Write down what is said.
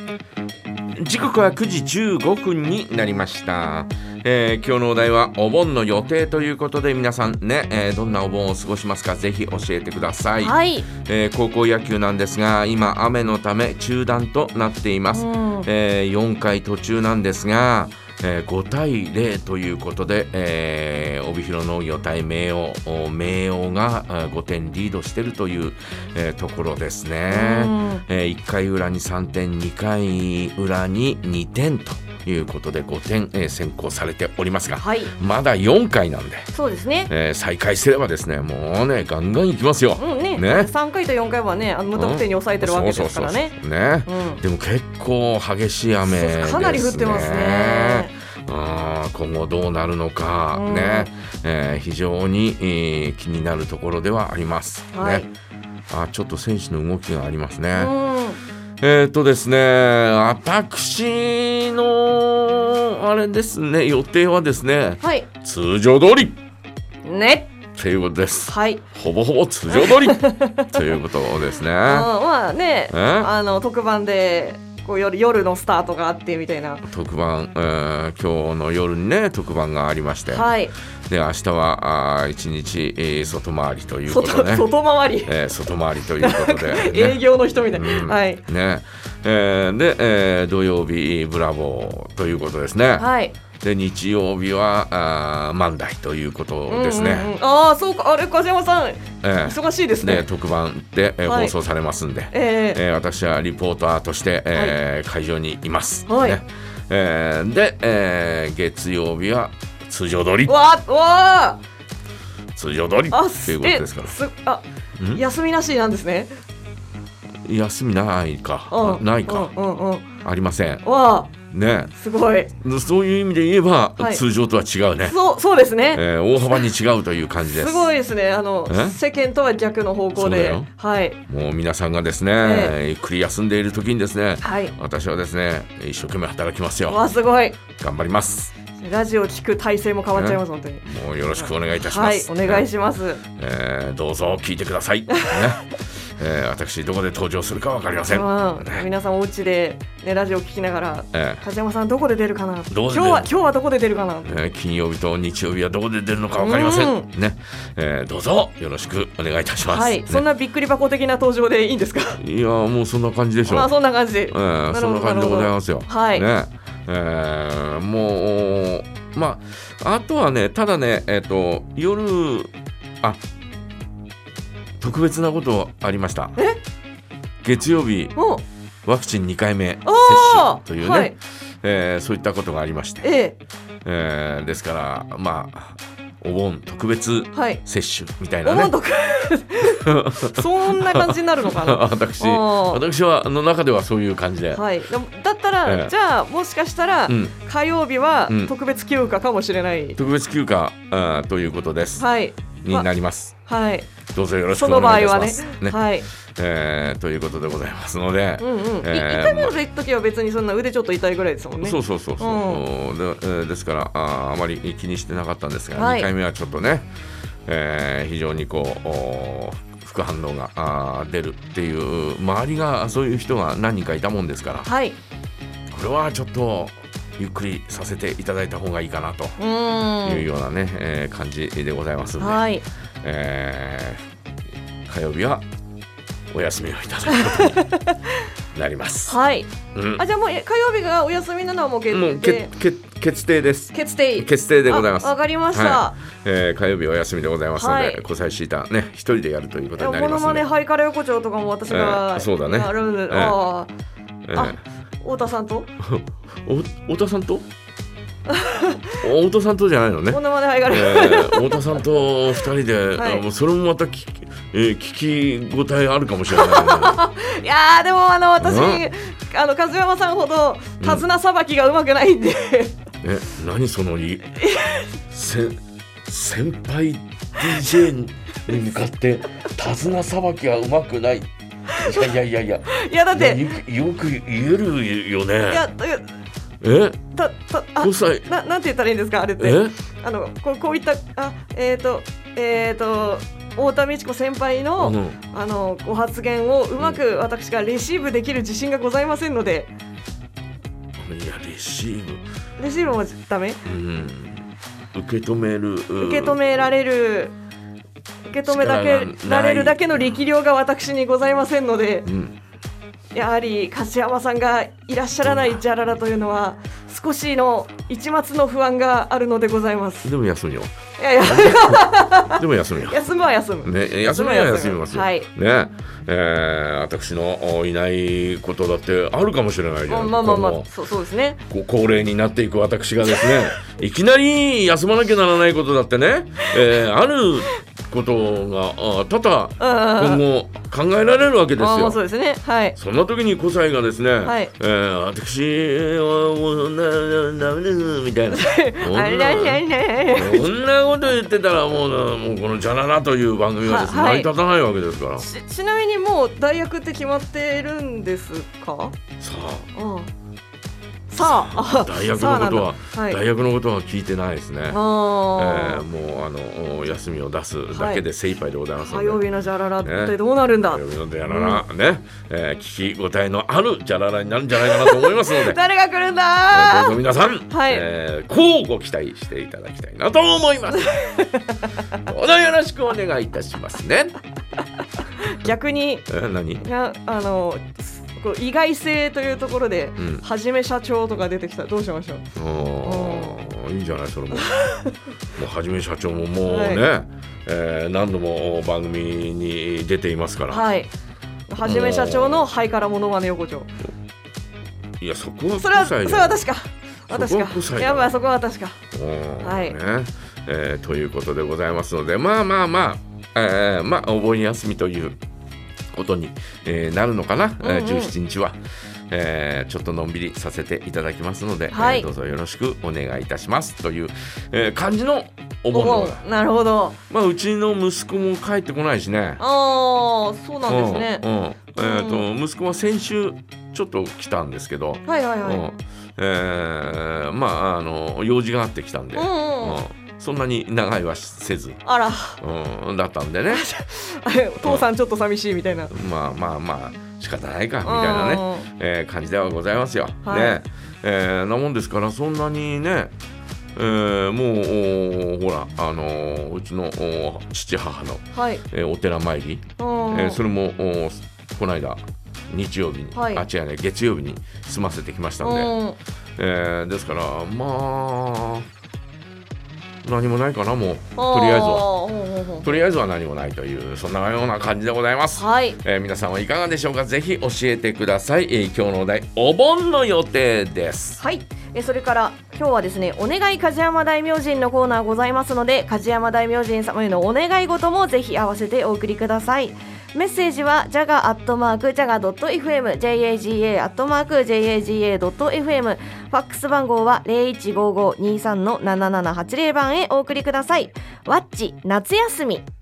時刻は9時15分になりました。今日のお題はお盆の予定ということで、皆さんね、どんなお盆を過ごしますか、ぜひ教えてください。 はい。 高校野球なんですが、今雨のため中断となっています。4回途中なんですが、5対0ということで、帯広農業対明桜が5点リードしているという、ところですね。1回裏に3点、2回裏に2点ということで5点、先行されておりますが、はい、まだ4回なんで、そうですね、再開すればですね、もうねガンガンいきますよ。 3回と4回はね、無得点に抑えてるわけですからね。 でも結構激しい雨ですね。 かなり降ってますね。 今後どうなるのか、非常に、気になるところではあります、ちょっと選手の動きがありますね。ですね、私のあれですね、予定はですね、通常通りねということです。ほぼほぼ通常通りということですね。 まあね、特番で夜のスタートがあってみたいな特番、今日の夜にね特番がありまして、で明日は一日、外回りということで、 外回り、 外回りということで、 営業の人みたいな、 で、土曜日ブラボーということですね。で日曜日は万代ということですね。 そうか、あれ梶山さん、忙しいですね。 特番で、放送されますんで、私はリポーターとして、会場にいます、で、月曜日は通常通り通常通りということですから。 休みなしなんですね。 休みないか、ないか、ありませんね。 すごい。 そういう意味で言えば、通常とは違うね。 そうですね、 大幅に違うという感じです。 すごいですね。世間とは逆の方向で、 もう皆さんがですね、ゆっくり休んでいる時にですね、私はですね一生懸命働きますよ。 すごい頑張ります。 ラジオを聞く体制も変わっちゃいます、本当に。 もうよろしくお願いいたします。 お願いします。 どうぞ聞いてください。私どこで登場するか分かりません。 皆さんお家で、ラジオ聞きながら、梶山さんどこで出るかな、今日はどこで出るかな、 金曜日と日曜日はどこで出るのか分かりませんね。どうぞよろしくお願いいたします。 そんなびっくり箱的な登場でいいんですか？ いやもうそんな感じでしょう。 そんな感じで、 そんな感じでございますよ。もうあとはね、ただね、夜特別なことありました。月曜日ワクチン2回目接種というね、そういったことがありまして、ですからお盆特別接種みたいなね、 そんな感じになるのかな。 私は中ではそういう感じで、 だったら、じゃあもしかしたら、火曜日は特別休暇かもしれない、 特別休暇ということです、になります。どうぞよろしくお願いいたします。ということでございますので、 1回目の時は別にそんな腕ちょっと痛いぐらいですもんね。 ですからあまり気にしてなかったんですが、2回目はちょっとね、非常に副反応が出るっていう、周りがそういう人が何人かいたもんですから、これはちょっとゆっくりさせていただいた方がいいかなというようなね、感じでございますので、火曜日はお休みをいただくことになります。じゃあもう火曜日がお休みなのはもう決定です。 決定でございます。 わかりました。 火曜日お休みでございますので、小西シータね一人でやるということになりますので、 モノマネハイカラ横丁とかも私がそうだね。 やるんで、太田さんと太田さんと太田さんとじゃないのね。 モノマネハイカラ太田さんと2人で、それもまた聞き応えあるかもしれない。 いやでも私梶山さんほど手綱さばきがうまくないんで、 何その先輩 DJ に向かって手綱さばきがうまくない。いやだってよく言えるよね。なんて言ったらいいんですか、あれって。こういった太田美智子先輩のご発言をうまく私がレシーブできる自信がございませんので。 いやレシーブもダメ、 受け止められるだけの力量が私にございませんので、やはり梶山さんがいらっしゃらないジャララというのは少しの一抹の不安があるのでございます。 でも休むよ。でも休むよ。 休むは休む。 ね、休みは休みますよ。 はい。 ね、私のいないことだってあるかもしれないじゃないですか。 そうですね。 高齢になっていく私がですね、いきなり休まなきゃならないことだってね、あることが多々今後考えられるわけですよ。 そうですね。はい。 そんな時に5歳がですね、 はい、 私はもうダメですみたいなそんなこと言ってたらもうこのジャララという番組はですね、成り立たないわけですから。 ちなみにもう代役って決まっているんですか？さあ、 大学のことは聞いてないですね。もう休みを出すだけで精一杯でございますので、 火曜日のジャララってどうなるんだ。 火曜日のジャララね、聞き応えのあるジャララになるんじゃないかなと思いますので誰が来るんだ、 どうぞ皆さん、こうご期待していただきたいなと思いますどうぞよろしくお願いいたしますね。 逆に何？ 意外性というところで、はじめ社長とか出てきたらどうしましょう。いいんじゃないそれも。もうはじめ社長ももうね、何度も番組に出ていますから。 はい。はじめ社長のハイカラモノマネ横丁。 いやそこはそれは私か。やばい、そこは私か。 はい。ということでございますので、まあお盆休みということに、なるのかな、17日は、ちょっとのんびりさせていただきますので、どうぞよろしくお願いいたしますという、感じのお盆。 なるほど。 うちの息子も帰ってこないしね。 そうなんですね。 息子は先週ちょっと来たんですけど、用事があってきたんで、そんなに長いはせずだったんでね父さんちょっと寂しいみたいな、 まあ仕方ないかみたいなね、感じではございますよ、ね。なもんですからそんなにね、もうほらうちの父母の、お寺参り、それもこの間日曜日に、月曜日に済ませてきましたんで、ですから何もないかな、もうとりあえずは何もないというそんなような感じでございます。皆さんはいかがでしょうか。ぜひ教えてください。今日のお題お盆の予定です。 それから今日はですね、お願い梶山大明神のコーナーございますので、梶山大明神様へのお願い事もぜひ合わせてお送りください。メッセージは jaga@jaga.fm jaga@jaga.fm、 ファックス番号は 0155-23-7780 番へお送りください。ワッチ夏休み